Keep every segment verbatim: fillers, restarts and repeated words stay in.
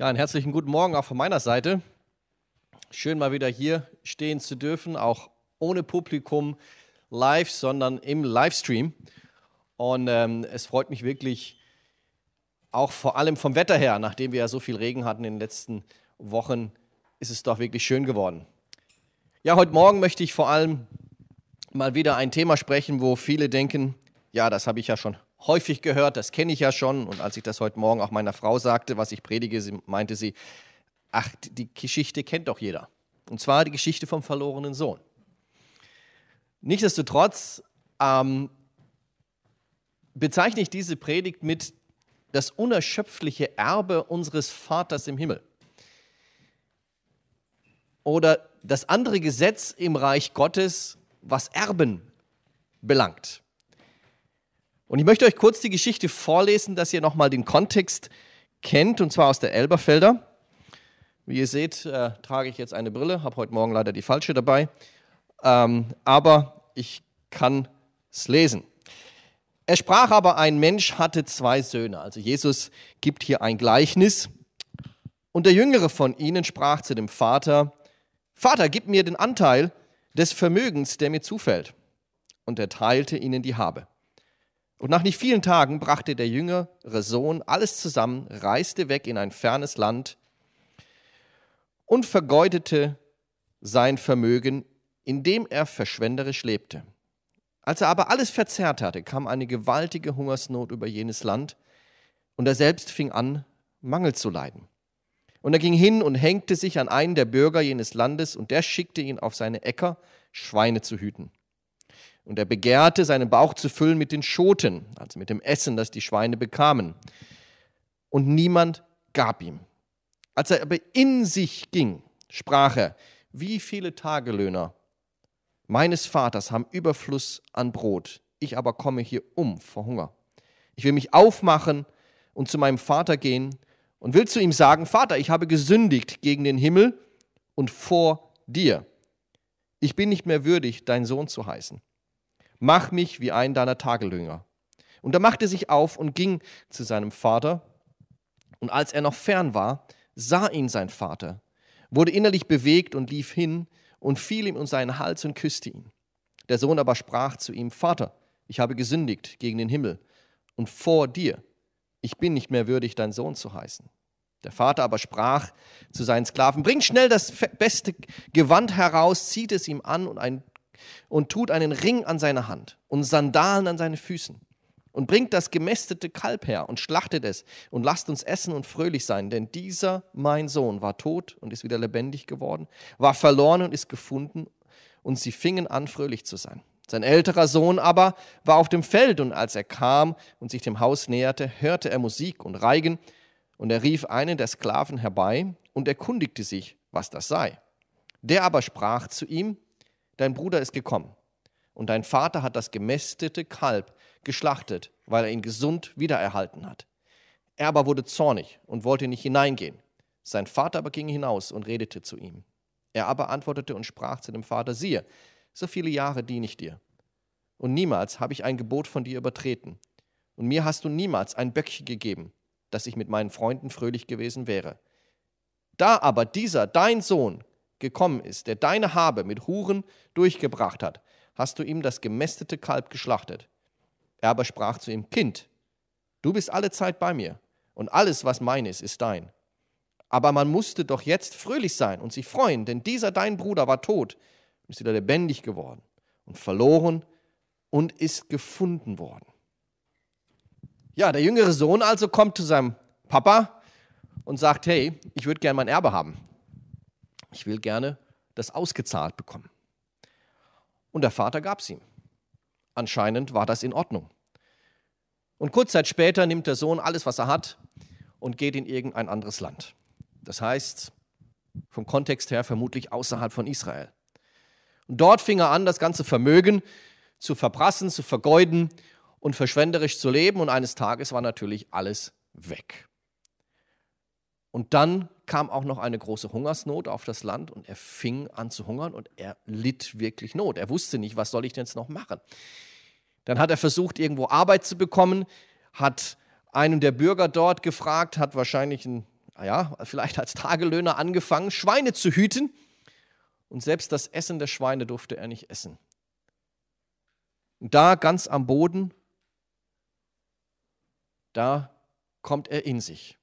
Ja, einen herzlichen guten Morgen auch von meiner Seite. Schön mal wieder hier stehen zu dürfen, auch ohne Publikum live, sondern im Livestream. Und ähm, es freut mich wirklich, auch vor allem vom Wetter her, nachdem wir ja so viel Regen hatten in den letzten Wochen, ist es doch wirklich schön geworden. Ja, heute Morgen möchte ich vor allem mal wieder ein Thema sprechen, wo viele denken, ja, das habe ich ja schon häufig gehört, das kenne ich ja schon. Und als ich das heute Morgen auch meiner Frau sagte, was ich predige, sie, meinte sie, ach, die Geschichte kennt doch jeder. Und zwar die Geschichte vom verlorenen Sohn. Nichtsdestotrotz ähm, bezeichne ich diese Predigt mit das unerschöpfliche Erbe unseres Vaters im Himmel. Oder das andere Gesetz im Reich Gottes, was Erben belangt. Und ich möchte euch kurz die Geschichte vorlesen, dass ihr nochmal den Kontext kennt, und zwar aus der Elberfelder. Wie ihr seht, äh, trage ich jetzt eine Brille, habe heute Morgen leider die falsche dabei, ähm, aber ich kann es lesen. Er sprach aber, ein Mensch hatte zwei Söhne. Also Jesus gibt hier ein Gleichnis. Und der Jüngere von ihnen sprach zu dem Vater, Vater, gib mir den Anteil des Vermögens, der mir zufällt. Und er teilte ihnen die Habe. Und nach nicht vielen Tagen brachte der jüngere Sohn alles zusammen, reiste weg in ein fernes Land und vergeudete sein Vermögen, indem er verschwenderisch lebte. Als er aber alles verzehrt hatte, kam eine gewaltige Hungersnot über jenes Land, und er selbst fing an, Mangel zu leiden. Und er ging hin und hängte sich an einen der Bürger jenes Landes, und der schickte ihn auf seine Äcker, Schweine zu hüten. Und er begehrte, seinen Bauch zu füllen mit den Schoten, also mit dem Essen, das die Schweine bekamen. Und niemand gab ihm. Als er aber in sich ging, sprach er, wie viele Tagelöhner meines Vaters haben Überfluss an Brot, ich aber komme hier um vor Hunger. Ich will mich aufmachen und zu meinem Vater gehen und will zu ihm sagen, Vater, ich habe gesündigt gegen den Himmel und vor dir. Ich bin nicht mehr würdig, dein Sohn zu heißen. Mach mich wie einen deiner Tagelöhner. Und er machte sich auf und ging zu seinem Vater. Und als er noch fern war, sah ihn sein Vater, wurde innerlich bewegt und lief hin und fiel ihm um seinen Hals und küsste ihn. Der Sohn aber sprach zu ihm, Vater, ich habe gesündigt gegen den Himmel und vor dir. Ich bin nicht mehr würdig, dein Sohn zu heißen. Der Vater aber sprach zu seinen Sklaven, bringt schnell das beste Gewand heraus, zieht es ihm an und ein und tut einen Ring an seine Hand und Sandalen an seine Füßen und bringt das gemästete Kalb her und schlachtet es und lasst uns essen und fröhlich sein, denn dieser, mein Sohn, war tot und ist wieder lebendig geworden, war verloren und ist gefunden, und sie fingen an, fröhlich zu sein. Sein älterer Sohn aber war auf dem Feld, und als er kam und sich dem Haus näherte, hörte er Musik und Reigen, und er rief einen der Sklaven herbei und erkundigte sich, was das sei. Der aber sprach zu ihm, dein Bruder ist gekommen, und dein Vater hat das gemästete Kalb geschlachtet, weil er ihn gesund wiedererhalten hat. Er aber wurde zornig und wollte nicht hineingehen. Sein Vater aber ging hinaus und redete zu ihm. Er aber antwortete und sprach zu dem Vater, siehe, so viele Jahre diene ich dir, und niemals habe ich ein Gebot von dir übertreten, und mir hast du niemals ein Böckchen gegeben, dass ich mit meinen Freunden fröhlich gewesen wäre. Da aber dieser, dein Sohn, gekommen ist, der deine Habe mit Huren durchgebracht hat, hast du ihm das gemästete Kalb geschlachtet. Er aber sprach zu ihm, Kind, du bist alle Zeit bei mir, und alles, was mein ist, ist dein. Aber man musste doch jetzt fröhlich sein und sich freuen, denn dieser dein Bruder war tot und ist wieder lebendig geworden und verloren und ist gefunden worden. Ja, der jüngere Sohn also kommt zu seinem Papa und sagt, hey, ich würde gerne mein Erbe haben. Ich will gerne das ausgezahlt bekommen. Und der Vater gab es ihm. Anscheinend war das in Ordnung. Und kurz Zeit später nimmt der Sohn alles, was er hat, und geht in irgendein anderes Land. Das heißt, vom Kontext her vermutlich außerhalb von Israel. Und dort fing er an, das ganze Vermögen zu verprassen, zu vergeuden und verschwenderisch zu leben. Und eines Tages war natürlich alles weg. Und dann kam auch noch eine große Hungersnot auf das Land, und er fing an zu hungern und er litt wirklich Not. Er wusste nicht, was soll ich denn jetzt noch machen. Dann hat er versucht, irgendwo Arbeit zu bekommen, hat einen der Bürger dort gefragt, hat wahrscheinlich ein ja, vielleicht als Tagelöhner angefangen, Schweine zu hüten. Und selbst das Essen der Schweine durfte er nicht essen. Und da ganz am Boden, da kommt er in sich.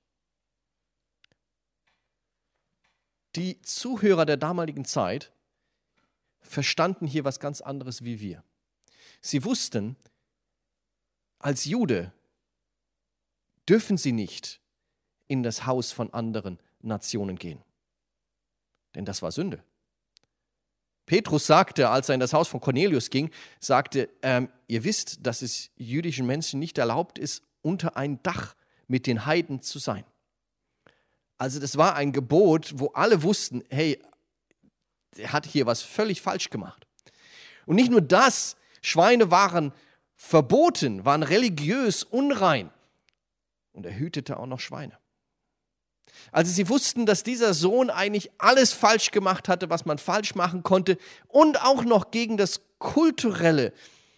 Die Zuhörer der damaligen Zeit verstanden hier was ganz anderes wie wir. Sie wussten, als Jude dürfen sie nicht in das Haus von anderen Nationen gehen. Denn das war Sünde. Petrus sagte, als er in das Haus von Cornelius ging, sagte, ähm, ihr wisst, dass es jüdischen Menschen nicht erlaubt ist, unter ein Dach mit den Heiden zu sein. Also das war ein Gebot, wo alle wussten, hey, er hat hier was völlig falsch gemacht. Und nicht nur das, Schweine waren verboten, waren religiös unrein. Und er hütete auch noch Schweine. Also sie wussten, dass dieser Sohn eigentlich alles falsch gemacht hatte, was man falsch machen konnte und auch noch gegen das kulturelle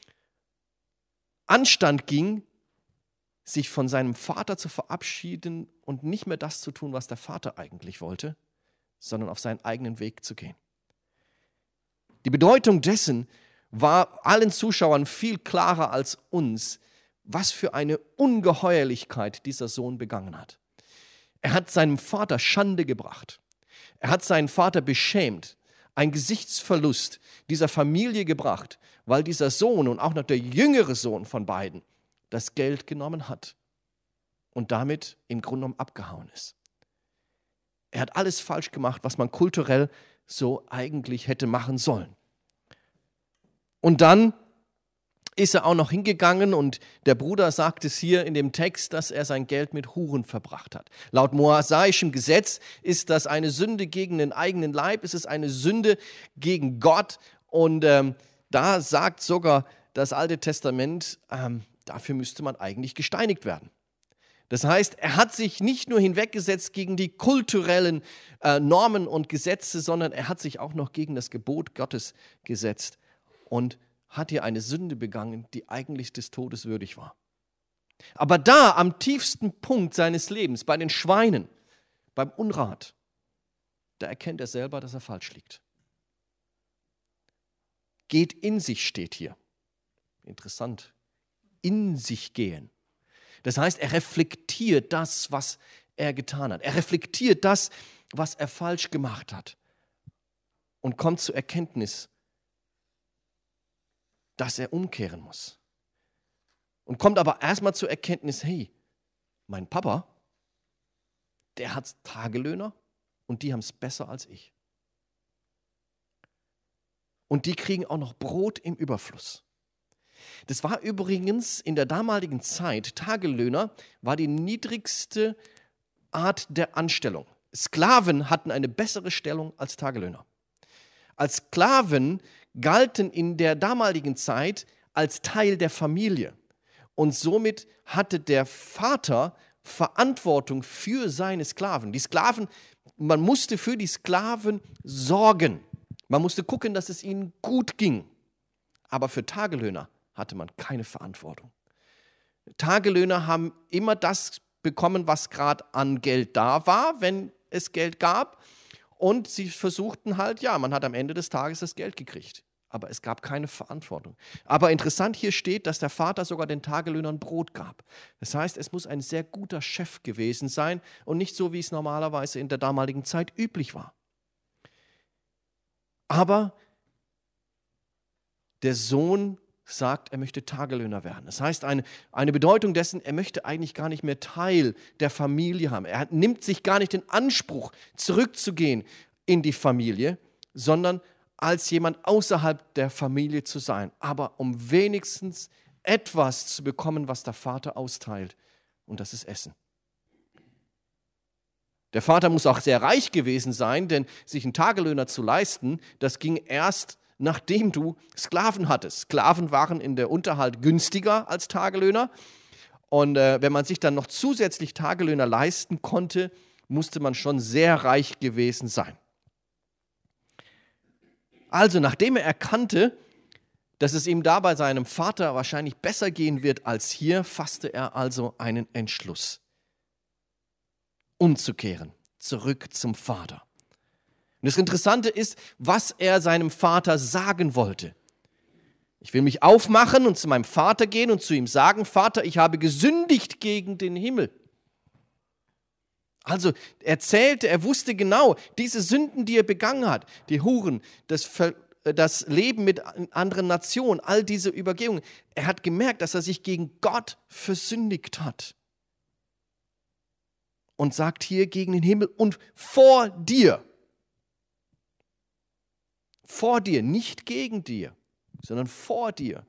Anstand ging, sich von seinem Vater zu verabschieden und nicht mehr das zu tun, was der Vater eigentlich wollte, sondern auf seinen eigenen Weg zu gehen. Die Bedeutung dessen war allen Zuschauern viel klarer als uns, was für eine Ungeheuerlichkeit dieser Sohn begangen hat. Er hat seinem Vater Schande gebracht. Er hat seinen Vater beschämt, einen Gesichtsverlust dieser Familie gebracht, weil dieser Sohn und auch noch der jüngere Sohn von beiden das Geld genommen hat und damit im Grunde genommen abgehauen ist. Er hat alles falsch gemacht, was man kulturell so eigentlich hätte machen sollen. Und dann ist er auch noch hingegangen und der Bruder sagt es hier in dem Text, dass er sein Geld mit Huren verbracht hat. Laut mosaischem Gesetz ist das eine Sünde gegen den eigenen Leib, es ist eine Sünde gegen Gott und ähm, da sagt sogar das Alte Testament, ähm, dafür müsste man eigentlich gesteinigt werden. Das heißt, er hat sich nicht nur hinweggesetzt gegen die kulturellen äh, Normen und Gesetze, sondern er hat sich auch noch gegen das Gebot Gottes gesetzt und hat hier eine Sünde begangen, die eigentlich des Todes würdig war. Aber da, am tiefsten Punkt seines Lebens, bei den Schweinen, beim Unrat, da erkennt er selber, dass er falsch liegt. Geht in sich, steht hier. Interessant. In sich gehen. Das heißt, er reflektiert das, was er getan hat. Er reflektiert das, was er falsch gemacht hat. Und kommt zur Erkenntnis, dass er umkehren muss. Und kommt aber erstmal zur Erkenntnis, hey, mein Papa, der hat Tagelöhner und die haben es besser als ich. Und die kriegen auch noch Brot im Überfluss. Das war übrigens in der damaligen Zeit, Tagelöhner war die niedrigste Art der Anstellung. Sklaven hatten eine bessere Stellung als Tagelöhner. Als Sklaven galten in der damaligen Zeit als Teil der Familie. Und somit hatte der Vater Verantwortung für seine Sklaven. Die Sklaven, man musste für die Sklaven sorgen. Man musste gucken, dass es ihnen gut ging. Aber für Tagelöhner hatte man keine Verantwortung. Tagelöhner haben immer das bekommen, was gerade an Geld da war, wenn es Geld gab. Und sie versuchten halt, ja, man hat am Ende des Tages das Geld gekriegt. Aber es gab keine Verantwortung. Aber interessant hier steht, dass der Vater sogar den Tagelöhnern Brot gab. Das heißt, es muss ein sehr guter Chef gewesen sein und nicht so, wie es normalerweise in der damaligen Zeit üblich war. Aber der Sohn sagt, er möchte Tagelöhner werden. Das heißt, eine, eine Bedeutung dessen, er möchte eigentlich gar nicht mehr Teil der Familie haben. Er nimmt sich gar nicht den Anspruch, zurückzugehen in die Familie, sondern als jemand außerhalb der Familie zu sein, aber um wenigstens etwas zu bekommen, was der Vater austeilt, und das ist Essen. Der Vater muss auch sehr reich gewesen sein, denn sich einen Tagelöhner zu leisten, das ging erst nachdem du Sklaven hattest. Sklaven waren in der Unterhalt günstiger als Tagelöhner. Und äh, wenn man sich dann noch zusätzlich Tagelöhner leisten konnte, musste man schon sehr reich gewesen sein. Also, nachdem er erkannte, dass es ihm da bei seinem Vater wahrscheinlich besser gehen wird als hier, fasste er also einen Entschluss. umzukehren, zurück zum Vater. Und das Interessante ist, was er seinem Vater sagen wollte. Ich will mich aufmachen und zu meinem Vater gehen und zu ihm sagen, Vater, ich habe gesündigt gegen den Himmel. Also er zählte, er wusste genau, diese Sünden, die er begangen hat, die Huren, das, das Leben mit anderen Nationen, all diese Übergehungen, er hat gemerkt, dass er sich gegen Gott versündigt hat. Und sagt hier gegen den Himmel und vor dir. Vor dir, nicht gegen dir, sondern vor dir.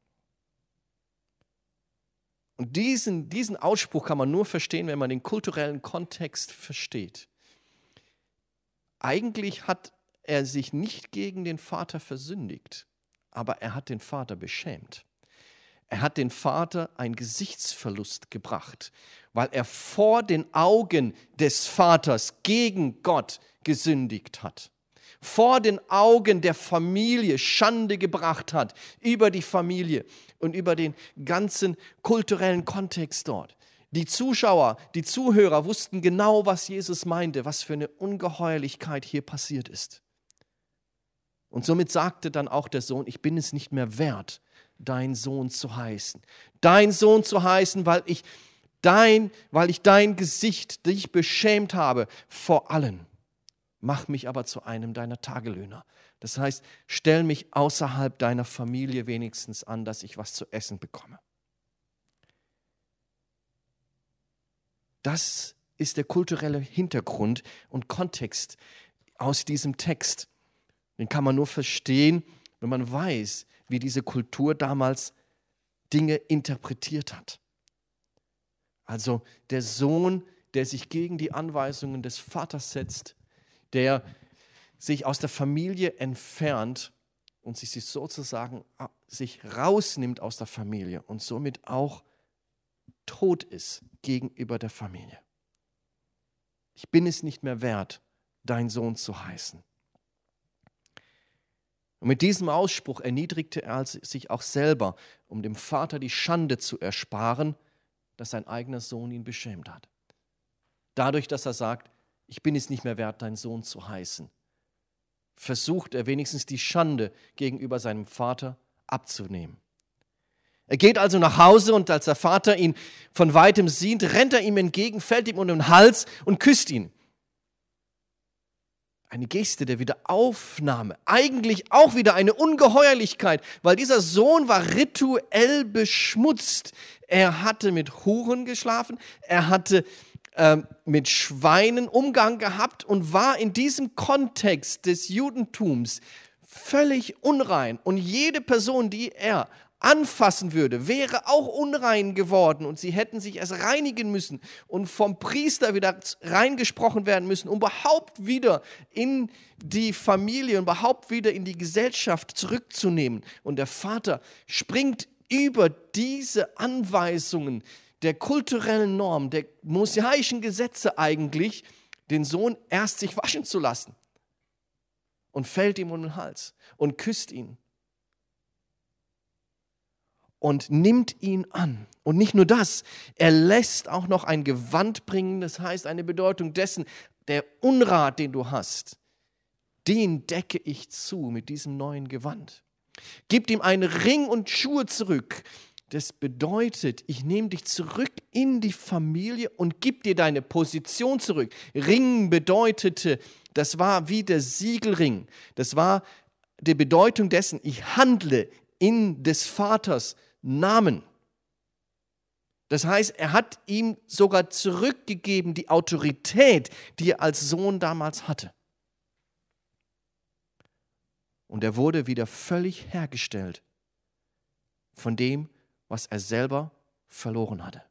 Und diesen, diesen Ausspruch kann man nur verstehen, wenn man den kulturellen Kontext versteht. Eigentlich hat er sich nicht gegen den Vater versündigt, aber er hat den Vater beschämt. Er hat den Vater einen Gesichtsverlust gebracht, weil er vor den Augen des Vaters gegen Gott gesündigt hat. Vor den Augen der Familie Schande gebracht hat über die Familie und über den ganzen kulturellen Kontext dort. Die Zuschauer, die Zuhörer wussten genau, was Jesus meinte, was für eine Ungeheuerlichkeit hier passiert ist. Und somit sagte dann auch der Sohn, ich bin es nicht mehr wert, dein Sohn zu heißen. Dein Sohn zu heißen, weil ich dein, weil ich dein Gesicht, dich beschämt habe vor allen. Mach mich aber zu einem deiner Tagelöhner. Das heißt, stell mich außerhalb deiner Familie wenigstens an, dass ich was zu essen bekomme. Das ist der kulturelle Hintergrund und Kontext aus diesem Text. Den kann man nur verstehen, wenn man weiß, wie diese Kultur damals Dinge interpretiert hat. Also der Sohn, der sich gegen die Anweisungen des Vaters setzt, der sich aus der Familie entfernt und sich sozusagen sich rausnimmt aus der Familie und somit auch tot ist gegenüber der Familie. Ich bin es nicht mehr wert, dein Sohn zu heißen. Und mit diesem Ausspruch erniedrigte er sich auch selber, um dem Vater die Schande zu ersparen, dass sein eigener Sohn ihn beschämt hat. Dadurch, dass er sagt, ich bin es nicht mehr wert, dein Sohn zu heißen, versucht er wenigstens die Schande gegenüber seinem Vater abzunehmen. Er geht also nach Hause und als der Vater ihn von weitem sieht, rennt er ihm entgegen, fällt ihm um den Hals und küsst ihn. Eine Geste der Wiederaufnahme, eigentlich auch wieder eine Ungeheuerlichkeit, weil dieser Sohn war rituell beschmutzt. Er hatte mit Huren geschlafen, er hatte äh, mit Schweinen Umgang gehabt und war in diesem Kontext des Judentums völlig unrein. Und jede Person, die er anfassen würde, wäre auch unrein geworden und sie hätten sich erst reinigen müssen und vom Priester wieder reingesprochen werden müssen, um überhaupt wieder in die Familie und überhaupt wieder in die Gesellschaft zurückzunehmen. Und der Vater springt über diese Anweisungen der kulturellen Norm, der mosaischen Gesetze eigentlich, den Sohn erst sich waschen zu lassen und fällt ihm um den Hals und küsst ihn. Und nimmt ihn an. Und nicht nur das, er lässt auch noch ein Gewand bringen, das heißt eine Bedeutung dessen, der Unrat, den du hast, den decke ich zu mit diesem neuen Gewand. Gib ihm einen Ring und Schuhe zurück. Das bedeutet, ich nehme dich zurück in die Familie und gib dir deine Position zurück. Ring bedeutete, das war wie der Siegelring. Das war die Bedeutung dessen, ich handle in des Vaters Namen. Das heißt, er hat ihm sogar zurückgegeben die Autorität, die er als Sohn damals hatte. Und er wurde wieder völlig hergestellt von dem, was er selber verloren hatte.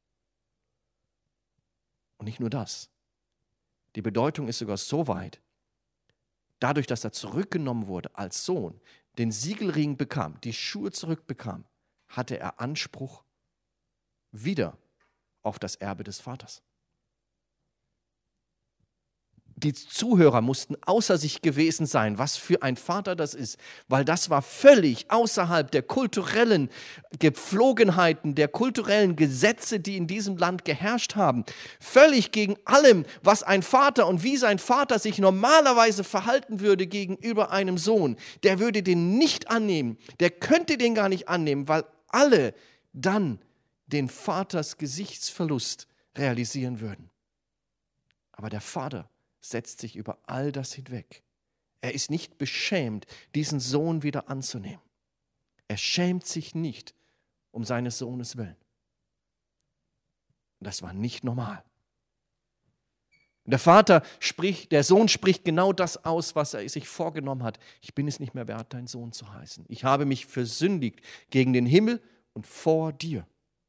Und nicht nur das. Die Bedeutung ist sogar so weit, dadurch, dass er zurückgenommen wurde als Sohn, den Siegelring bekam, die Schuhe zurückbekam, hatte er Anspruch wieder auf das Erbe des Vaters. Die Zuhörer mussten außer sich gewesen sein, was für ein Vater das ist, weil das war völlig außerhalb der kulturellen Gepflogenheiten, der kulturellen Gesetze, die in diesem Land geherrscht haben. Völlig gegen allem, was ein Vater und wie sein Vater sich normalerweise verhalten würde gegenüber einem Sohn. Der würde den nicht annehmen, der könnte den gar nicht annehmen, weil alle dann den Vaters Gesichtsverlust realisieren würden. Aber der Vater setzt sich über all das hinweg. Er ist nicht beschämt, diesen Sohn wieder anzunehmen. Er schämt sich nicht um seines Sohnes willen. Und das war nicht normal. Und der Vater spricht, der Sohn spricht genau das aus, was er sich vorgenommen hat. Ich bin es nicht mehr wert, dein Sohn zu heißen. Ich habe mich versündigt gegen den Himmel und vor dir.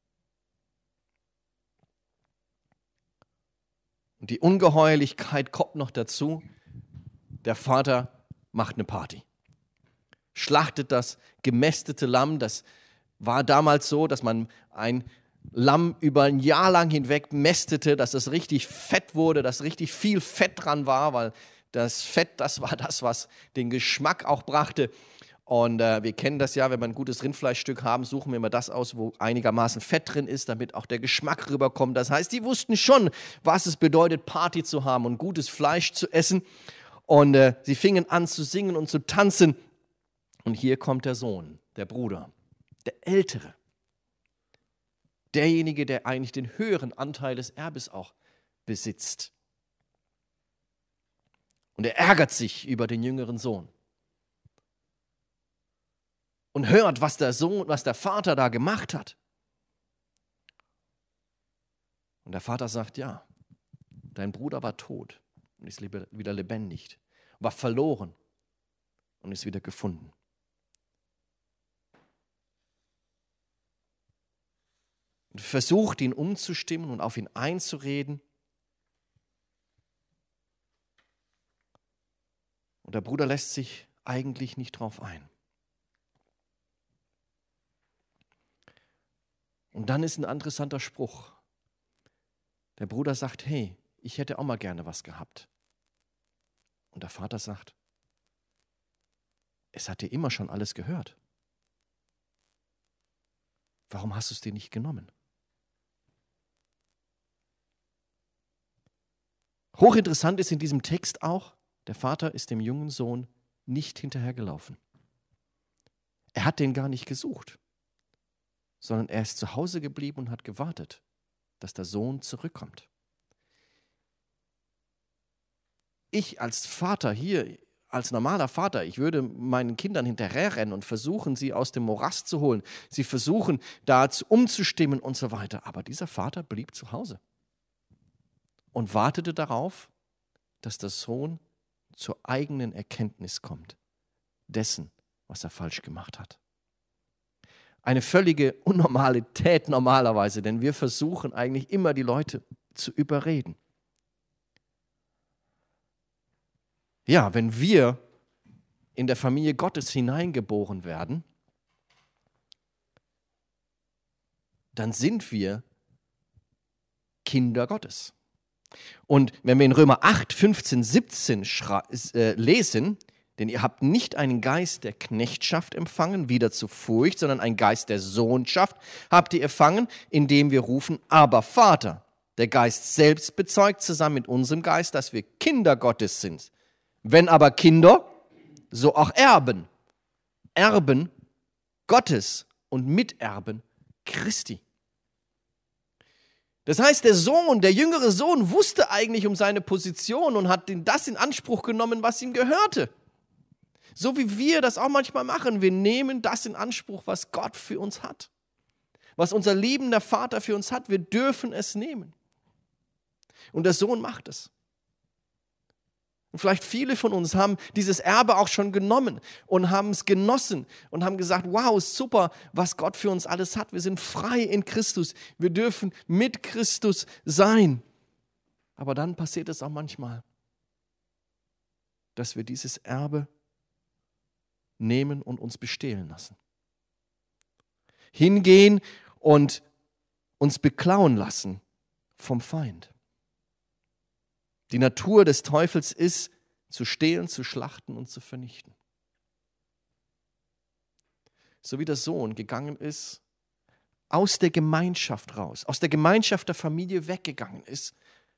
Und die Ungeheuerlichkeit kommt noch dazu. Der Vater macht eine Party. Schlachtet das gemästete Lamm. Das war damals so, dass man ein Lamm über ein Jahr lang hinweg mästete, dass es richtig fett wurde, dass richtig viel Fett dran war, weil das Fett, das war das, was den Geschmack auch brachte. Und äh, wir kennen das ja, wenn wir ein gutes Rindfleischstück haben, suchen wir immer das aus, wo einigermaßen Fett drin ist, damit auch der Geschmack rüberkommt. Das heißt, die wussten schon, was es bedeutet, Party zu haben und gutes Fleisch zu essen. Und äh, sie fingen an zu singen und zu tanzen. Und hier kommt der Sohn, der Bruder, der Ältere. Derjenige, der eigentlich den höheren Anteil des Erbes auch besitzt. Und er ärgert sich über den jüngeren Sohn. Und hört, was der Sohn, was der Vater da gemacht hat. Und der Vater sagt, ja, dein Bruder war tot und ist wieder lebendig, war verloren und ist wieder gefunden. Und versucht, ihn umzustimmen und auf ihn einzureden. Und der Bruder lässt sich eigentlich nicht drauf ein. Und dann ist ein interessanter Spruch. Der Bruder sagt, hey, ich hätte auch mal gerne was gehabt. Und der Vater sagt, es hat dir immer schon alles gehört. Warum hast du es dir nicht genommen? Hochinteressant ist in diesem Text auch, der Vater ist dem jungen Sohn nicht hinterhergelaufen. Er hat den gar nicht gesucht, sondern er ist zu Hause geblieben und hat gewartet, dass der Sohn zurückkommt. Ich als Vater hier, als normaler Vater, ich würde meinen Kindern hinterherrennen und versuchen, sie aus dem Morast zu holen, sie versuchen, da umzustimmen und so weiter. Aber dieser Vater blieb zu Hause und wartete darauf, dass der Sohn zur eigenen Erkenntnis kommt, dessen, was er falsch gemacht hat. Eine völlige Unnormalität normalerweise, denn wir versuchen eigentlich immer, die Leute zu überreden. Ja, wenn wir in der Familie Gottes hineingeboren werden, dann sind wir Kinder Gottes. Und wenn wir in Römer acht, fünfzehn, siebzehn äh, lesen, denn ihr habt nicht einen Geist der Knechtschaft empfangen, wieder zu Furcht, sondern einen Geist der Sohnschaft habt ihr empfangen, indem wir rufen, aber Vater. Der Geist selbst bezeugt zusammen mit unserem Geist, dass wir Kinder Gottes sind. Wenn aber Kinder, so auch Erben. Erben Gottes und Miterben Christi. Das heißt, der Sohn, der jüngere Sohn wusste eigentlich um seine Position und hat das in Anspruch genommen, was ihm gehörte. So wie wir das auch manchmal machen. Wir nehmen das in Anspruch, was Gott für uns hat. Was unser liebender Vater für uns hat. Wir dürfen es nehmen. Und der Sohn macht es. Und vielleicht viele von uns haben dieses Erbe auch schon genommen und haben es genossen und haben gesagt, wow, super, was Gott für uns alles hat. Wir sind frei in Christus. Wir dürfen mit Christus sein. Aber dann passiert es auch manchmal, dass wir dieses Erbe nehmen und uns bestehlen lassen. Hingehen und uns beklauen lassen vom Feind. Die Natur des Teufels ist, zu stehlen, zu schlachten und zu vernichten. So wie der Sohn gegangen ist, aus der Gemeinschaft raus, aus der Gemeinschaft der Familie weggegangen ist,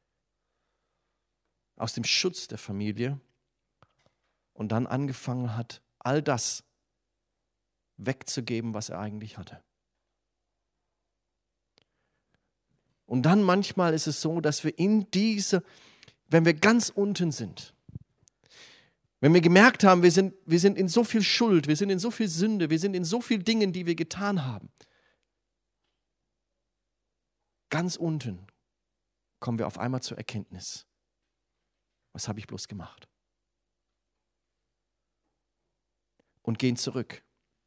aus dem Schutz der Familie und dann angefangen hat, all das wegzugeben, was er eigentlich hatte. Und dann manchmal ist es so, dass wir in diese, wenn wir ganz unten sind, wenn wir gemerkt haben, wir sind, wir sind in so viel Schuld, wir sind in so viel Sünde, wir sind in so vielen Dingen, die wir getan haben, ganz unten kommen wir auf einmal zur Erkenntnis. Was habe ich bloß gemacht? Und gehen zurück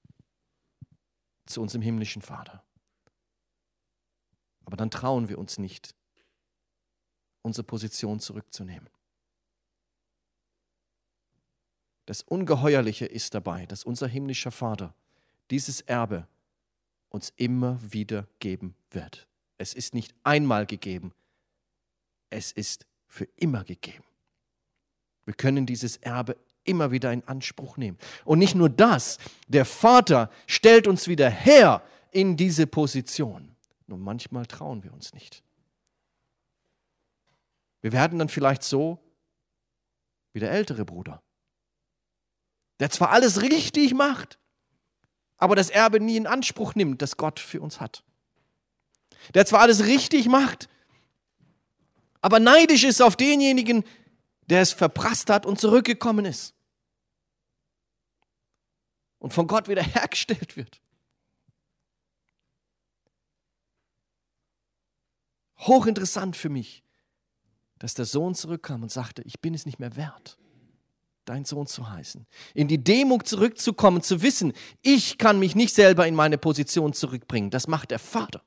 zu unserem himmlischen Vater. Aber dann trauen wir uns nicht, unsere Position zurückzunehmen. Das Ungeheuerliche ist dabei, dass unser himmlischer Vater dieses Erbe uns immer wieder geben wird. Es ist nicht einmal gegeben, es ist für immer gegeben. Wir können dieses Erbe immer wieder in Anspruch nehmen. Und nicht nur das, der Vater stellt uns wieder her in diese Position. Nur manchmal trauen wir uns nicht. Wir werden dann vielleicht so wie der ältere Bruder, der zwar alles richtig macht, aber das Erbe nie in Anspruch nimmt, das Gott für uns hat. Der zwar alles richtig macht, aber neidisch ist auf denjenigen, der es verprasst hat und zurückgekommen ist und von Gott wieder hergestellt wird. Hochinteressant für mich, dass der Sohn zurückkam und sagte, ich bin es nicht mehr wert, dein Sohn zu heißen. In die Demut zurückzukommen, zu wissen, ich kann mich nicht selber in meine Position zurückbringen. Das macht der Vater.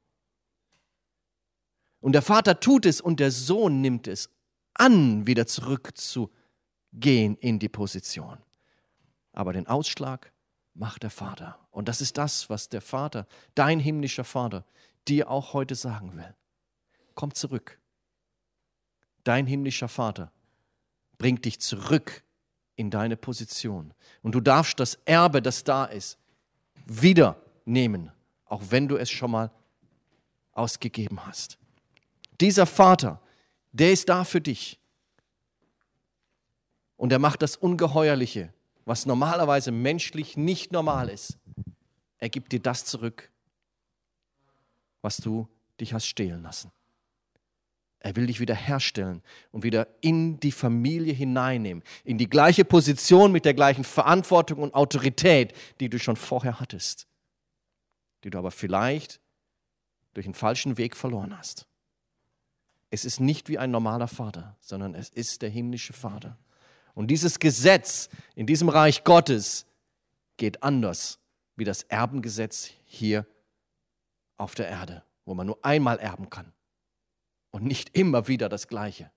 Und der Vater tut es und der Sohn nimmt es an, wieder zurückzugehen in die Position. Aber den Ausschlag macht der Vater. Und das ist das, was der Vater, dein himmlischer Vater, dir auch heute sagen will. Komm zurück. Dein himmlischer Vater bringt dich zurück in deine Position. Und du darfst das Erbe, das da ist, wieder nehmen, auch wenn du es schon mal ausgegeben hast. Dieser Vater, der ist da für dich. Und er macht das Ungeheuerliche, was normalerweise menschlich nicht normal ist. Er gibt dir das zurück, was du dich hast stehlen lassen. Er will dich wieder herstellen und wieder in die Familie hineinnehmen, in die gleiche Position mit der gleichen Verantwortung und Autorität, die du schon vorher hattest, die du aber vielleicht durch einen falschen Weg verloren hast. Es ist nicht wie ein normaler Vater, sondern es ist der himmlische Vater. Und dieses Gesetz in diesem Reich Gottes geht anders wie das Erbengesetz hier auf der Erde, wo man nur einmal erben kann. Und nicht immer wieder das Gleiche.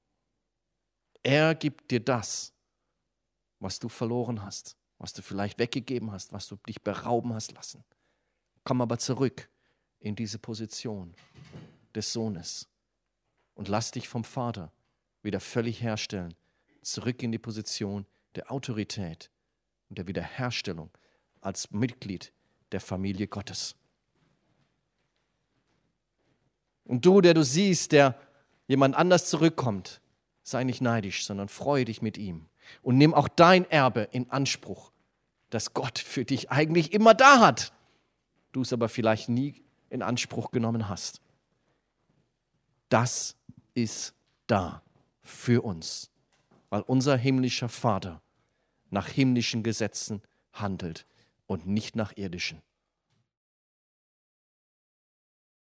Er gibt dir das, was du verloren hast, was du vielleicht weggegeben hast, was du dich berauben hast lassen. Komm aber zurück in diese Position des Sohnes und lass dich vom Vater wieder völlig herstellen, zurück in die Position der Autorität und der Wiederherstellung als Mitglied der Familie Gottes. Und du, der du siehst, der jemand anders zurückkommt, sei nicht neidisch, sondern freue dich mit ihm. Und nimm auch dein Erbe in Anspruch, das Gott für dich eigentlich immer da hat. Du es aber vielleicht nie in Anspruch genommen hast. Das ist da für uns, weil unser himmlischer Vater nach himmlischen Gesetzen handelt und nicht nach irdischen.